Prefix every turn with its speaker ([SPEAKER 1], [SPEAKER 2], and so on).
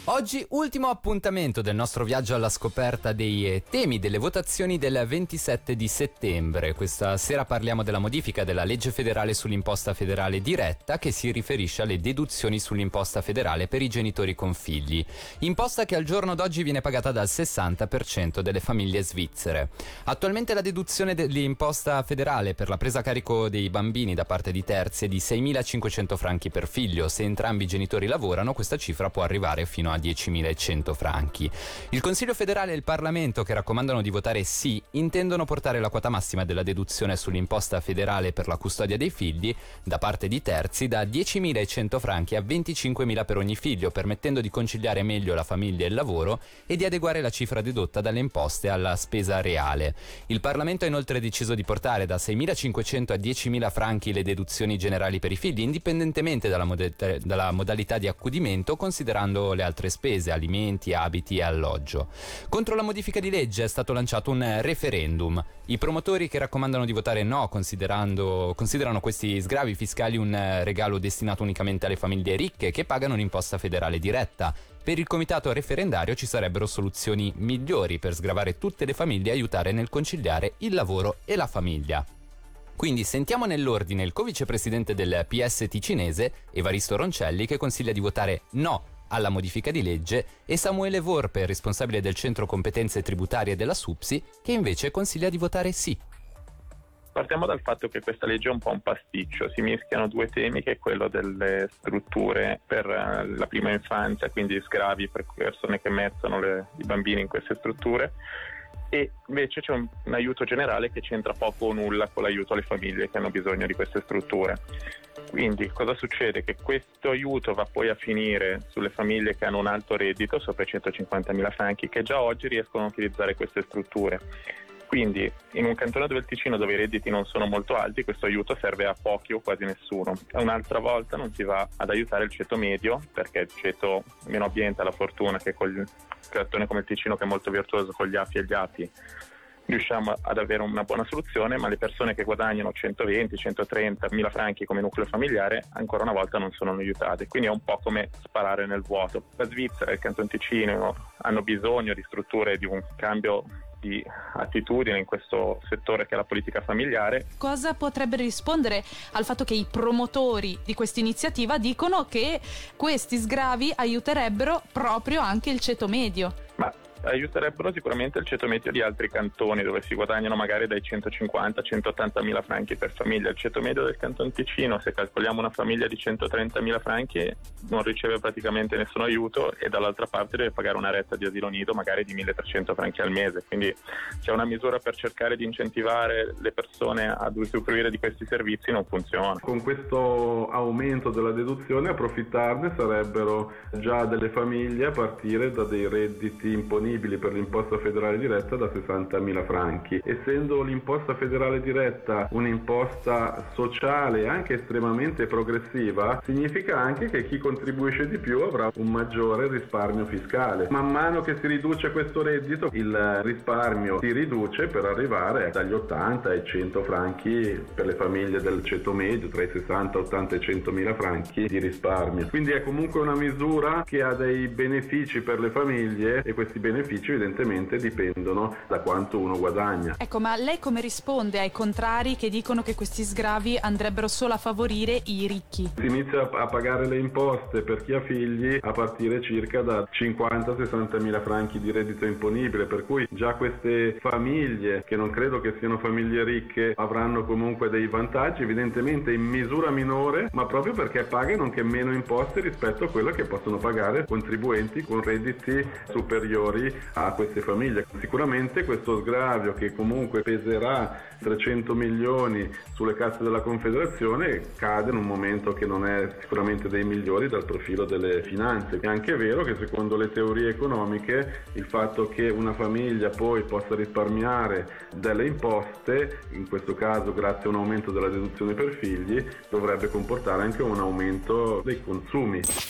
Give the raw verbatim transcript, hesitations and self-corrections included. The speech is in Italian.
[SPEAKER 1] Oggi ultimo appuntamento del nostro viaggio alla scoperta dei temi delle votazioni del ventisette di settembre. Questa sera parliamo della modifica della legge federale sull'imposta federale diretta che si riferisce alle deduzioni sull'imposta federale per i genitori con figli. Imposta che al giorno d'oggi viene pagata dal sessanta per cento delle famiglie svizzere. Attualmente la deduzione dell'imposta federale per la presa a carico dei bambini da parte di terzi è di seimilacinquecento franchi per figlio. Se entrambi i genitori lavorano, questa cifra può arrivare fino a diecimilacento franchi. Il Consiglio federale e il Parlamento, che raccomandano di votare sì, intendono portare la quota massima della deduzione sull'imposta federale per la custodia dei figli da parte di terzi da diecimilacento franchi a venticinquemila per ogni figlio, permettendo di conciliare meglio la famiglia e il lavoro e di adeguare la cifra dedotta dalle imposte alla spesa reale. Il Parlamento ha inoltre deciso di portare da seimilacinquecento a diecimila franchi le deduzioni generali per i figli, indipendentemente dalla, mod- dalla modalità di accudimento, considerando le altre spese, alimenti, abiti e alloggio. Contro la modifica di legge è stato lanciato un referendum. I promotori, che raccomandano di votare no, considerando, considerano questi sgravi fiscali un regalo destinato unicamente alle famiglie ricche che pagano un'imposta federale diretta. Per il comitato referendario ci sarebbero soluzioni migliori per sgravare tutte le famiglie e aiutare nel conciliare il lavoro e la famiglia. Quindi sentiamo nell'ordine il co-vicepresidente del P S ticinese, Evaristo Roncelli, che consiglia di votare no alla modifica di legge, e Samuele Vorpe, responsabile del Centro Competenze Tributarie della SUPSI, che invece consiglia di votare sì.
[SPEAKER 2] Partiamo dal fatto che questa legge è un po' un pasticcio, si mischiano due temi, che è quello delle strutture per la prima infanzia, quindi sgravi per persone che mettono le, i bambini in queste strutture, e invece c'è un, un aiuto generale che c'entra poco o nulla con l'aiuto alle famiglie che hanno bisogno di queste strutture. Quindi cosa succede? Che questo aiuto va poi a finire sulle famiglie che hanno un alto reddito, sopra i centocinquantamila franchi, che già oggi riescono a utilizzare queste strutture. Quindi in un cantone dove il Ticino, dove i redditi non sono molto alti, questo aiuto serve a pochi o quasi nessuno. Un'altra volta non si va ad aiutare il ceto medio, perché il ceto meno abbiente ha la fortuna che con il cantone come il Ticino, che è molto virtuoso con gli affi e gli api, riusciamo ad avere una buona soluzione, ma le persone che guadagnano centoventi centotrenta mila franchi come nucleo familiare ancora una volta non sono aiutate, quindi è un po' come sparare nel vuoto. La Svizzera e il Canton Ticino hanno bisogno di strutture, di un cambio di attitudine in questo settore che è la politica familiare.
[SPEAKER 3] Cosa potrebbe rispondere al fatto che i promotori di questa iniziativa dicono che questi sgravi aiuterebbero proprio anche il ceto medio?
[SPEAKER 2] Ma aiuterebbero sicuramente il ceto medio di altri cantoni, dove si guadagnano magari dai centocinquanta centottanta mila franchi per famiglia. Il ceto medio del Canton Ticino, se calcoliamo una famiglia di centotrentamila franchi, non riceve praticamente nessun aiuto, e dall'altra parte deve pagare una retta di asilo nido magari di milletrecento franchi al mese. Quindi c'è una misura per cercare di incentivare le persone ad usufruire di questi servizi, non funziona.
[SPEAKER 4] Con questo aumento della deduzione approfittarne sarebbero già delle famiglie a partire da dei redditi imponibili per l'imposta federale diretta da sessantamila franchi. Essendo l'imposta federale diretta un'imposta sociale e anche estremamente progressiva, significa anche che chi contribuisce di più avrà un maggiore risparmio fiscale. Man mano che si riduce questo reddito, il risparmio si riduce per arrivare dagli ottanta ai cento franchi per le famiglie del ceto medio, tra i sessanta, ottanta e centomila franchi di risparmio. Quindi è comunque una misura che ha dei benefici per le famiglie, e questi benefici evidentemente dipendono da quanto uno guadagna.
[SPEAKER 3] Ecco, ma lei come risponde ai contrari che dicono che questi sgravi andrebbero solo a favorire i ricchi?
[SPEAKER 4] Si inizia a pagare le imposte per chi ha figli a partire circa da cinquanta sessanta mila franchi di reddito imponibile, per cui già queste famiglie, che non credo che siano famiglie ricche, avranno comunque dei vantaggi, evidentemente in misura minore, ma proprio perché pagano anche meno imposte rispetto a quello che possono pagare contribuenti con redditi superiori a queste famiglie. Sicuramente questo sgravio, che comunque peserà trecento milioni sulle casse della Confederazione, cade in un momento che non è sicuramente dei migliori dal profilo delle finanze. È anche vero che secondo le teorie economiche il fatto che una famiglia poi possa risparmiare delle imposte, in questo caso grazie a un aumento della deduzione per figli, dovrebbe comportare anche un aumento dei consumi.